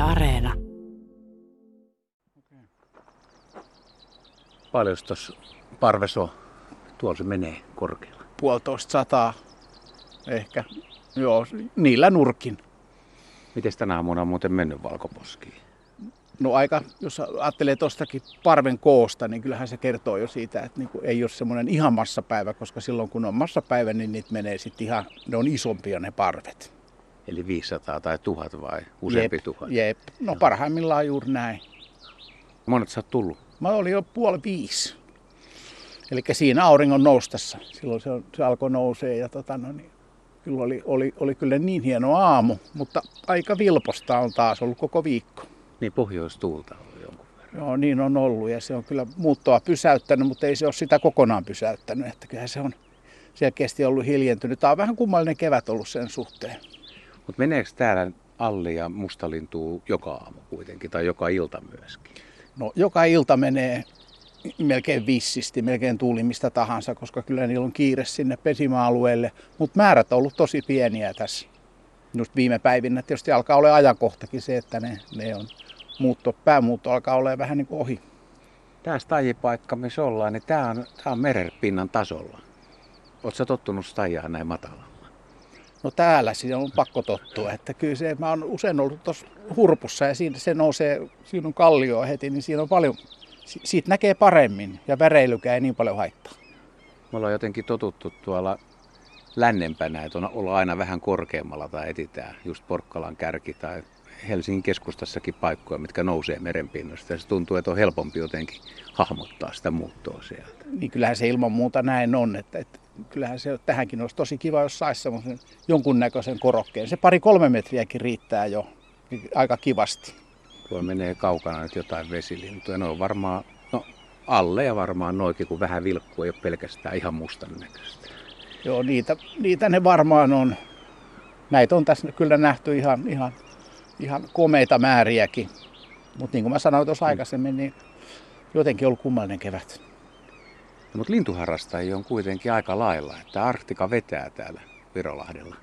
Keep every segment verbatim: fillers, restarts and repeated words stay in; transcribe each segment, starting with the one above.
Areena. Paljon tuossa parves on? Tuolla se menee korkealla. Puolitoista sataa ehkä. Joo, niillä nurkin. Miten tänä aamuna on muuten mennyt valkoposkiin? No aika, jos ajattelee tuostakin parven koosta, niin kyllähän se kertoo jo siitä, että niinku ei ole semmoinen ihan massapäivä, koska silloin kun on massapäivä, niin niitä menee sitten ihan, ne on isompia ne parvet. Eli viisisataa tai tuhat vai useampi jep, tuhat? Jep, no Joo. Parhaimmillaan juuri näin. Monet sä oot tullut? Mä olin jo puoli viisi. Eli siinä auringon noustessa. Silloin se, se alkoi nousee ja tota, no niin, kyllä oli, oli, oli kyllä niin hieno aamu, mutta aika vilposta on taas ollut koko viikko. Niin pohjoistuulta on jonkun verran. Joo, niin on ollut ja se on kyllä muuttoa pysäyttänyt, mutta ei se ole sitä kokonaan pysäyttänyt. Että kyllähän se on selkeästi ollut hiljentynyt. Tämä on vähän kummallinen kevät ollut sen suhteen. Mutta meneekö täällä Alli ja mustalintuu joka aamu kuitenkin tai joka ilta myöskin? No joka ilta menee melkein vissisti, melkein tuuli mistä tahansa, koska kyllä niillä on kiire sinne pesimäalueelle. Mutta määrät on ollut tosi pieniä tässä. Just viime päivinä tietysti alkaa olla ajankohtakin se, että ne, ne on muutto, päämuutto alkaa olla vähän niin kuin ohi. Tämä stajipaikka, missä ollaan, niin tämä on, tämä on merenpinnan tasolla. Oletko sä tottunut stajaan näin matalalla? No täällä siinä on pakko tottua, että kyllä se, mä oon usein ollut tuossa Hurpussa ja siinä se nousee, siinä on kallioa heti, niin siinä on paljon, siitä näkee paremmin ja väreilykään ei niin paljon haittaa. Me ollaan jotenkin totuttu tuolla lännempänä, että on olla aina vähän korkeammalla tai etitään just Porkkalan kärki tai Helsingin keskustassakin paikkoja, mitkä nousee merenpinnasta. Ja se tuntuu, että on helpompi jotenkin hahmottaa sitä muuttoa sieltä. Niin kyllähän se ilman muuta näin on, että, että kyllähän se tähänkin olisi tosi kiva, jos saisi semmoisen jonkunnäköisen korokkeen. Se pari kolme metriäkin riittää jo aika kivasti. Tuo menee kaukana nyt jotain vesilintuja. Ne on varmaan, no alle ja varmaan noikin, kun vähän vilkkuu, ei ole pelkästään ihan mustan näköistä. Joo, niitä, niitä ne varmaan on. Näitä on tässä kyllä nähty ihan, ihan, ihan komeita määriäkin. Mutta niin kuin mä sanoin tuossa aikaisemmin, niin jotenkin on ollut kummallinen kevät. No, mutta lintuharrastajia on kuitenkin aika lailla, että Arktika vetää täällä Virolahdella.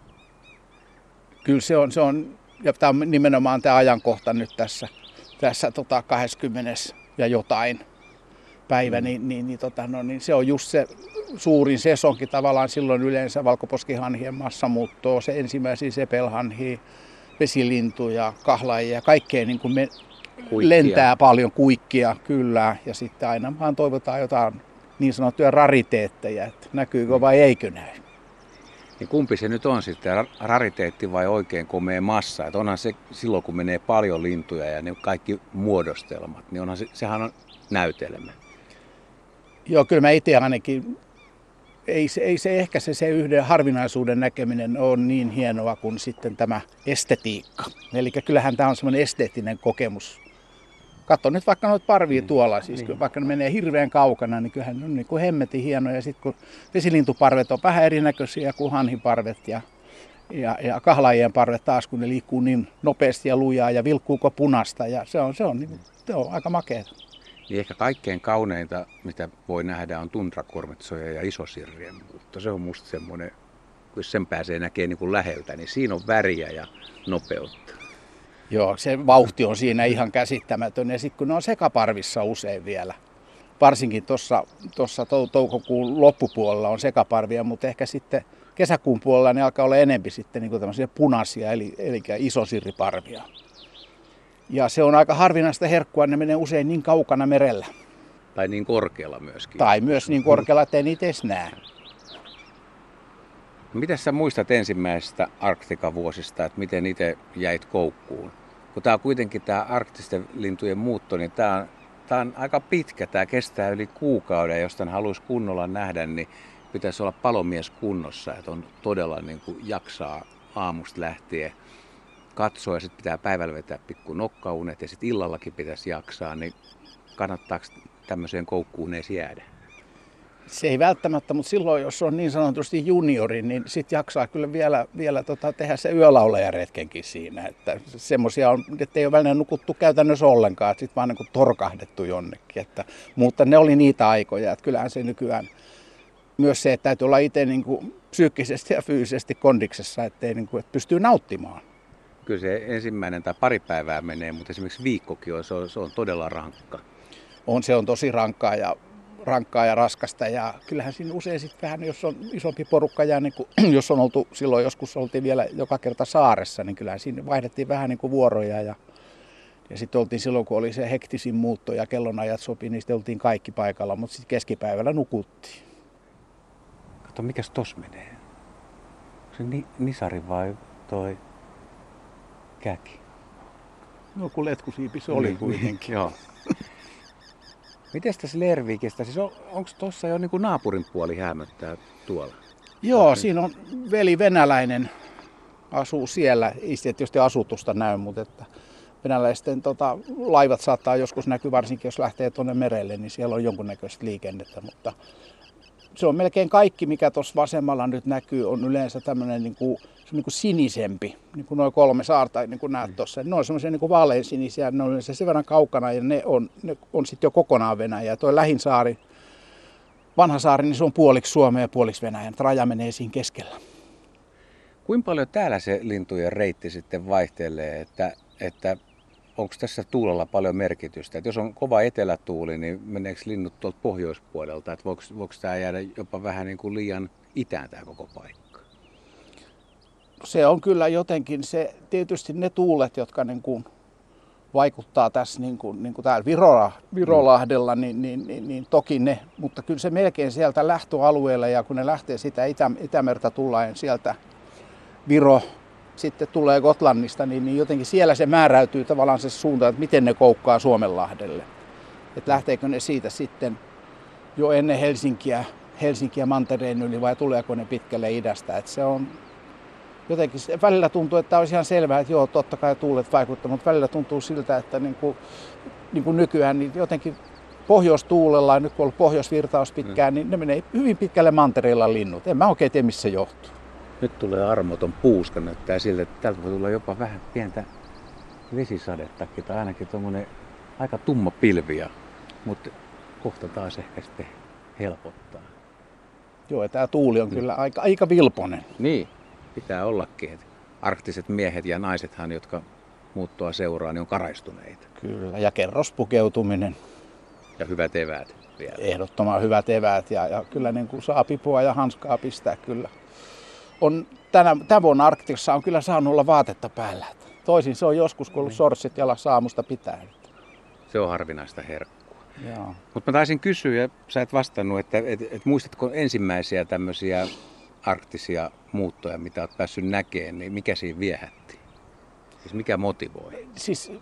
Kyllä se on, se on ja tämä on nimenomaan tämä ajankohta nyt tässä, tässä tota kahdeskymmenes ja jotain päivä, mm. niin, niin, niin, tota, no, niin se on just se suurin sesonki tavallaan silloin yleensä valkoposkihanhien massamuuttoa, se ensimmäisiä sepelhanhia, vesilintuja, kahlaajia ja kaikkea niin kuin me lentää paljon kuikkia kyllä ja sitten aina vaan toivotaan jotain niin sanottuja rariteetteja, että näkyykö vai eikö näy. Niin kumpi se nyt on sitten, rariteetti vai oikein komea massa? Että onhan se silloin, kun menee paljon lintuja ja ne kaikki muodostelmat, niin onhan se, sehän on näytelmä. Joo, kyllä mä itse ainakin, ei se, ei se ehkä se, se yhden harvinaisuuden näkeminen ole niin hienoa kuin sitten tämä estetiikka. Eli kyllähän tämä on semmoinen esteettinen kokemus. Katso nyt vaikka noita parvia mm. tuolla, siis niin. Vaikka ne menee hirveän kaukana, niin kyllähän ne on niin kuin hemmetin hienoja. Sitten kun vesilintuparvet on vähän erinäköisiä kuin hanhiparvet ja, ja, ja kahlaajien parvet taas, kun ne liikkuu niin nopeasti ja lujaa ja vilkkuuko punasta. Ja se on, se on, niin, se on aika makeata. Niin ehkä kaikkein kauneinta, mitä voi nähdä, on tundrakormitsoja ja isosirriä, mutta se on musta semmoinen, kun sen pääsee näkemään niin kuin läheltä, niin siinä on väriä ja nopeutta. Joo, se vauhti on siinä ihan käsittämätön ja sitten kun ne on sekaparvissa usein vielä, varsinkin tuossa toukokuun loppupuolella on sekaparvia, mutta ehkä sitten kesäkuun puolella ne alkaa olla enempi sitten niin kuin tämmöisiä punaisia eli, eli isosirriparvia. Ja se on aika harvinaista herkkua, ne menee usein niin kaukana merellä. Tai niin korkealla myöskin. Tai myös niin korkealla, ettei niitä edes näe. Mitä sä muistat ensimmäisestä Arktika-vuosista, että miten itse jäit koukkuun? Kun tää on kuitenkin tämä arktisten lintujen muutto, niin tää on, tää on aika pitkä. Tämä kestää yli kuukauden, jos tämän haluaisi kunnolla nähdä, niin pitäisi olla palomies kunnossa, että on todella niin kuin jaksaa aamusta lähtien katsoa ja sitten pitää päivällä vetää pikku nokkaunet ja sitten illallakin pitäisi jaksaa, niin kannattaako tämmöiseen koukkuun edes jäädä? Se ei välttämättä, mutta silloin jos on niin sanotusti juniori, niin sitten jaksaa kyllä vielä, vielä tota, tehdä se yölaulajaretkenkin siinä. Että semmoisia on, että ei ole välillä nukuttu käytännössä ollenkaan, että sitten vaan niin kuin torkahdettu jonnekin. Että, mutta ne oli niitä aikoja, että kyllähän se nykyään myös se, että täytyy olla itse niin kuin psyykkisesti ja fyysisesti kondiksessa, ettei, niin kuin, että pystyy nauttimaan. Kyllä se ensimmäinen tai pari päivää menee, mutta esimerkiksi viikkokin on, se on, se on todella rankka. On, se on tosi rankkaa ja, rankkaa ja raskasta. Ja kyllähän siinä usein sitten vähän, jos on isompi porukka ja niin kuin, jos on oltu, silloin joskus oltiin vielä joka kerta saaressa, niin kyllähän siinä vaihdettiin vähän niin kuin vuoroja. Ja, ja sitten oltiin silloin, kun oli se hektisin muutto ja kellonajat sopi, niin sitten oltiin kaikki paikalla, mutta sitten keskipäivällä nukuttiin. Kato, mikäs tos menee? Onko se ni, nisari vai toi käki? No kun letkusiipi se oli kuitenkin. Joo. Miten tässä Lervikistä, siis on, onko tuossa jo niin kuin naapurin puoli häämöttää tuolla? Joo, siinä on veli venäläinen, asuu siellä, ei sitten tietysti asutusta näy, mutta että venäläisten tota, laivat saattaa joskus näkyä, varsinkin jos lähtee tuonne merelle, niin siellä on jonkunnäköistä liikennettä, mutta se on melkein kaikki, mikä tuossa vasemmalla nyt näkyy, on yleensä tämmöinen niin kuin, niin kuin sinisempi, niin kuin noin kolme saarta, niin kuin näet tuossa. Ne on semmoisia niin kuin vaaleansinisiä, ne on yleensä sen verran kaukana ja ne on, ne on sitten jo kokonaan Venäjä. Tuo lähin saari, vanha saari, niin se on puoliksi Suomea ja puoliksi Venäjän. Raja menee siinä keskellä. Kuinka paljon täällä se lintujen reitti sitten vaihtelee, että, että onko tässä tuulella paljon merkitystä? Että jos on kova etelätuuli, niin meneekö linnut tuolta pohjoispuolelta? Että voiko, voiko tämä jäädä jopa vähän niin kuin liian itään tämä koko paikka? Se on kyllä jotenkin se, tietysti ne tuulet, jotka niin kuin vaikuttaa tässä niin kuin, niin kuin täällä Virola, Virolahdella, niin, niin, niin, niin toki ne, mutta kyllä se melkein sieltä lähtöalueella ja kun ne lähtee sitä Itä, Itämerta tullaan sieltä Viro, sitten tulee Gotlannista, niin, niin jotenkin siellä se määräytyy tavallaan se suunta, että miten ne koukkaa Suomenlahdelle. Että lähteekö ne siitä sitten jo ennen Helsinkiä, Helsinkiä mantereen yli vai tuleeko ne pitkälle idästä. Että se on jotenkin, välillä tuntuu, että olisi ihan selvää, että joo, totta kai tuulet vaikuttavat, mutta välillä tuntuu siltä, että niin kuin, niin kuin nykyään niin jotenkin pohjoistuulella, ja nyt kun on ollut pohjoisvirtaus pitkään, niin ne menee hyvin pitkälle mantereilla linnut. En mä oikein tiedä, missä se johtuu. Nyt tulee armoton puuska, näyttää siltä, että täältä voi tulla jopa vähän pientä vesisadettakin, tai ainakin tuommoinen aika tumma pilviä, mutta kohta taas ehkä sitten helpottaa. Joo, ja tämä tuuli on kyllä aika, aika vilponen. Niin, pitää ollakin. Arktiset miehet ja naisethan, jotka muuttoa seuraa, niin on karaistuneita. Kyllä, ja kerrospukeutuminen. Ja hyvät eväät vielä. Ehdottoman hyvät eväät, ja, ja kyllä niin kuin saa pipoa ja hanskaa pistää kyllä. On, tänä, tämän vuonna Arktikassa on kyllä saanut olla vaatetta päällä. Toisin se on joskus, kun on ollut sorssit jalassa aamusta pitäen. Se on harvinaista herkkua. Joo. Mutta mä taisin kysyä, ja sä et vastannut, että et, et muistatko ensimmäisiä tämmöisiä arktisia muuttoja, mitä olet päässyt näkemään, niin mikä siinä viehätti? Siis mikä motivoi? Siis,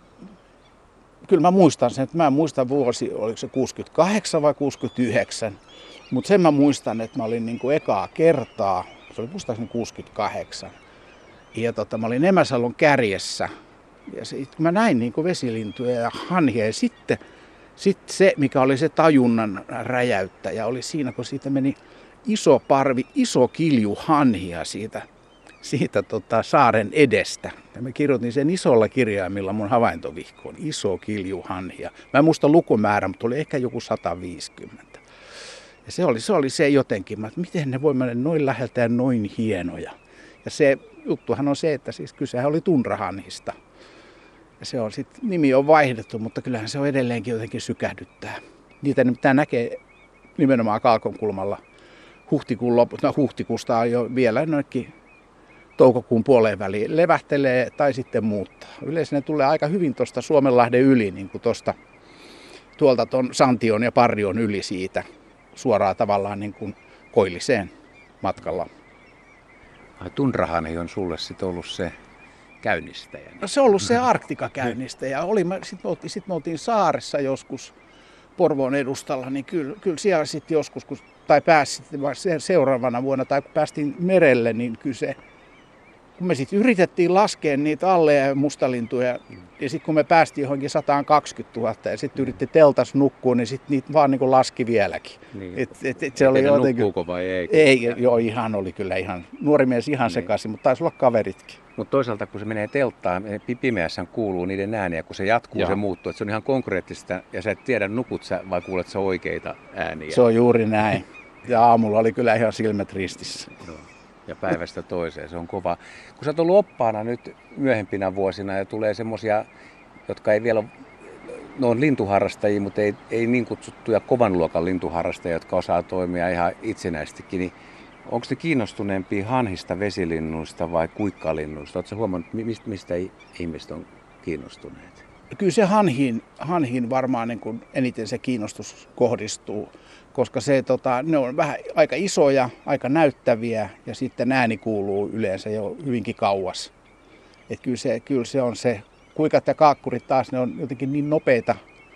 kyllä mä muistan sen, että mä en muista vuosi, oliko se kuusikymmentäkahdeksan vai kuusikymmentäyhdeksän, mutta sen mä muistan, että mä olin niin kuin ekaa kertaa, se oli muistaakseni kuusikymmentäkahdeksan, ja tota, mä olin Emäsalon kärjessä, ja sit, kun mä näin niin kuin vesilintuja ja hanhia, ja sitten sit se, mikä oli se tajunnan räjäyttäjä, oli siinä, kun siitä meni iso parvi, iso kilju hanhia siitä, siitä tota, saaren edestä. Ja mä kirjoitin sen isolla kirjaimilla mun havaintovihkoon, iso kilju hanhia. Mä en muista lukumäärä, mutta oli ehkä joku sata viisikymmentä. Ja se oli se, oli se jotenkin, että miten ne voi mennä noin läheltä ja noin hienoja. Ja se juttuhan on se, että siis kysehän oli tunrahanhista. Ja se on sitten, nimi on vaihdettu, mutta kyllähän se on edelleenkin jotenkin sykähdyttää. Niitä nimittäin näkee nimenomaan Kaalkonkulmalla huhtikuun lopussa, no huhtikuusta on jo vielä noinkin toukokuun puoleen väliin levähtelee tai sitten muuttaa. Yleensä ne tulee aika hyvin tuosta Suomenlahden yli, niin kuin tuosta tuolta ton Santion ja Parrion yli siitä suoraan tavallaan niin kuin koilliseen matkalla. Ai tunrahanhi on sulle sitten ollut se käynnistäjä? No se on ollut se Arktika-käynnistäjä. Sitten me, oltiin, sit me oltiin saaressa joskus Porvoon edustalla, niin kyllä, kyllä siellä sitten joskus, kun, tai pääsi seuraavana vuonna, tai kun päästiin merelle, niin kyllä se, kun me sitten yritettiin laskea niitä alle ja mustalintuja, ja sitten kun me päästiin johonkin sata kaksikymmentätuhatta, ja sitten yritti teltas nukkua, niin sitten niitä vaan niin kuin laski vieläkin. Niin. Et, et, et se oli jotenkin, nukkuuko vai ei? Ei, joo, ihan oli kyllä ihan, nuori mies ihan niin sekaisin, mutta taisi olla kaveritkin. Mutta toisaalta kun se menee telttaan, pimeässä kuuluu niiden ääniä, kun se jatkuu, Joo. se muuttuu. Että se on ihan konkreettista ja sä et tiedä, nukut sä vai kuulet sä oikeita ääniä. Se on juuri näin. Ja aamulla oli kyllä ihan silmät ristissä. Joo. ja päivästä toiseen. Se on kova. Kun sä oot ollut oppaana nyt myöhempinä vuosina ja tulee semmosia, jotka ei vielä ne on lintuharrastajia, mutta ei, ei niin kutsuttuja kovan luokan lintuharrastajia, jotka osaa toimia ihan itsenäistikin. Niin onko ne kiinnostuneempia hanhista, vesilinnuista vai kuikkalinnuista? Oletko huomannut, mistä, mistä ihmiset on kiinnostuneet? Kyllä se hanhiin, hanhiin varmaan niin kuin eniten se kiinnostus kohdistuu, koska se, tota, ne on vähän aika isoja, aika näyttäviä ja sitten ääni kuuluu yleensä jo hyvinkin kauas. Et kyllä, se, kyllä se on se. Kuikat ja kaakkurit taas, ne on jotenkin niin nopeita,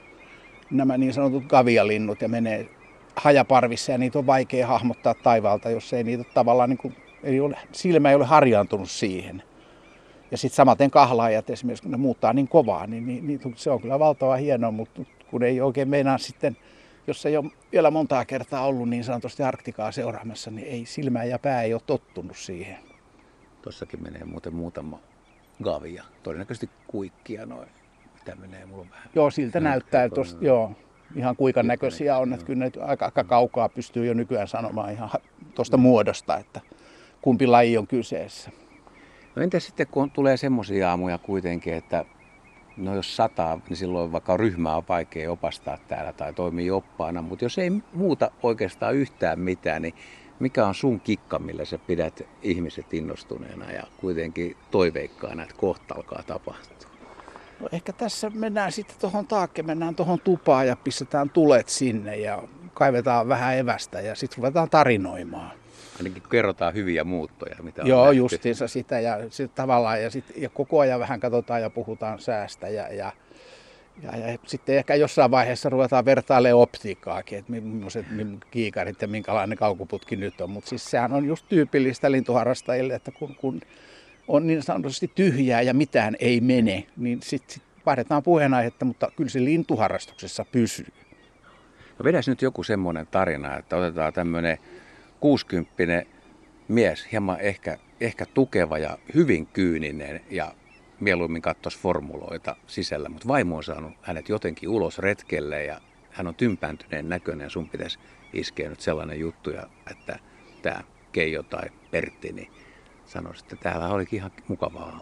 nämä niin sanotut gavialinnut, ja menee hajaparvissa ja niitä on vaikea hahmottaa taivaalta, jos ei niitä tavallaan, niin kuin, ei ole, silmä ei ole harjaantunut siihen. Ja sitten samaten kahlaajat esimerkiksi, kun ne muuttaa niin kovaa, niin, niin, niin se on kyllä valtavan hienoa, mutta kun ei oikein meinaa sitten, jos ei ole vielä montaa kertaa ollut niin sanotusti Arktikaa seuraamassa, niin ei silmä ja pää ei ole tottunut siihen. Tossakin menee muuten muutama gavia, todennäköisesti kuikkia noin. Mitä menee, mulla on vähän. Joo, siltä näyttää, tosta, joo, ihan kuikan näköisiä on, että kyllä ne aika, aika kaukaa pystyy jo nykyään sanomaan ihan tuosta muodosta, että kumpi laji on kyseessä. No entäs sitten, kun tulee semmoisia aamuja kuitenkin, että no jos sataa, niin silloin vaikka ryhmää on vaikea opastaa täällä tai toimii oppaana, mutta jos ei muuta oikeastaan yhtään mitään, niin mikä on sun kikka, millä sä pidät ihmiset innostuneena ja kuitenkin toiveikkaana, että kohta alkaa tapahtua? No ehkä tässä mennään sitten tuohon taakke, mennään tuohon tupaan ja pistetään tulet sinne ja kaivetaan vähän evästä ja sitten ruvetaan tarinoimaan. Ainakin kerrotaan hyviä muuttoja, mitä on Joo, nähty. justiinsa sitä ja, sit tavallaan, ja, sit, ja koko ajan vähän katsotaan ja puhutaan säästä ja, ja, ja, ja sitten ehkä jossain vaiheessa ruvetaan vertailemaan optiikkaakin, että millaiset kiikarit ja minkälainen kaukoputki nyt on, mutta siis sehän on just tyypillistä lintuharrastajille, että kun, kun on niin sanotusti tyhjää ja mitään ei mene, niin sitten sit vaihdetaan puheenaihetta, mutta kyllä se lintuharrastuksessa pysyy. No vedäs nyt joku semmoinen tarina, että otetaan tämmöinen kuusikymppinen mies, hieman ehkä, ehkä tukeva ja hyvin kyyninen ja mieluummin katsoisi formuloita sisällä, mutta vaimo on saanut hänet jotenkin ulos retkelle ja hän on tympääntyneen näköinen ja sun pitäisi iskeä nyt sellainen juttu, että tämä Keijo tai Pertti niin sanoisi, että täällä olikin ihan mukava aamu.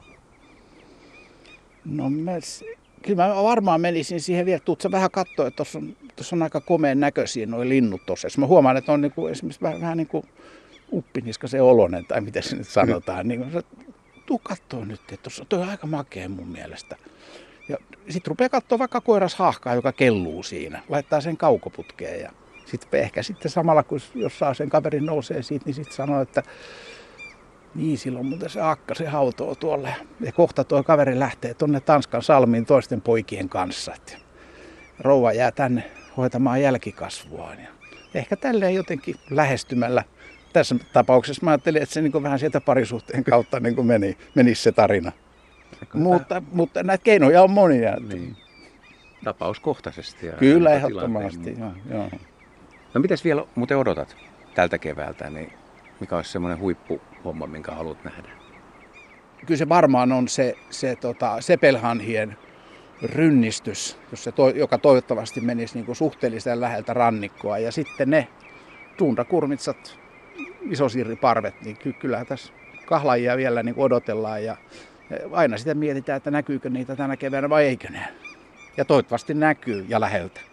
No mä, kyllä mä varmaan menisin siihen vielä, tuutko vähän katsoa, että tuossa on, on aika komeen näköisiä nuo linnut tuossa. Mä huomaan, että on niinku, esimerkiksi vähän, vähän niin kuin uppiniskasen oloinen, tai miten se nyt sanotaan. Niin kuin, tuu kattoo nyt, että tuossa on aika makea mun mielestä. Ja sitten rupeaa katsoa vaikka koirashaahkaa, joka kelluu siinä. Laittaa sen kaukoputkeen ja sitten ehkä sitten samalla, kun jos saa sen kaverin nousee siitä, niin sitten sanoo, että niin, silloin muuten se akka, se hautoo tuolle. Ja kohta tuo kaveri lähtee tuonne Tanskan salmiin toisten poikien kanssa. Et rouva jää tänne hoitamaan jälkikasvuaan. Ja ehkä tälleen jotenkin lähestymällä. Tässä tapauksessa mä ajattelin, että se niin vähän sieltä parisuhteen kautta niin meni, menisi se tarina. Mutta, mutta näitä keinoja on monia. Niin. Tapauskohtaisesti. Ja kyllä, ehdottomasti. Joo, joo. No mitäs vielä muuten odotat tältä keväältä? Niin mikä olisi semmoinen huippuhomma, minkä haluat nähdä? Kyllä se varmaan on se, se tota, sepelhanhien rynnistys, jos se to, joka toivottavasti menisi niin kuin suhteellisen läheltä rannikkoa. Ja sitten ne tundakurmitsat, isosirriparvet, niin ky- kyllähän tässä kahlaajia vielä niin kuin odotellaan. Ja aina sitä mietitään, että näkyykö niitä tänä keväänä vai eikö ne. Ja toivottavasti näkyy ja läheltä.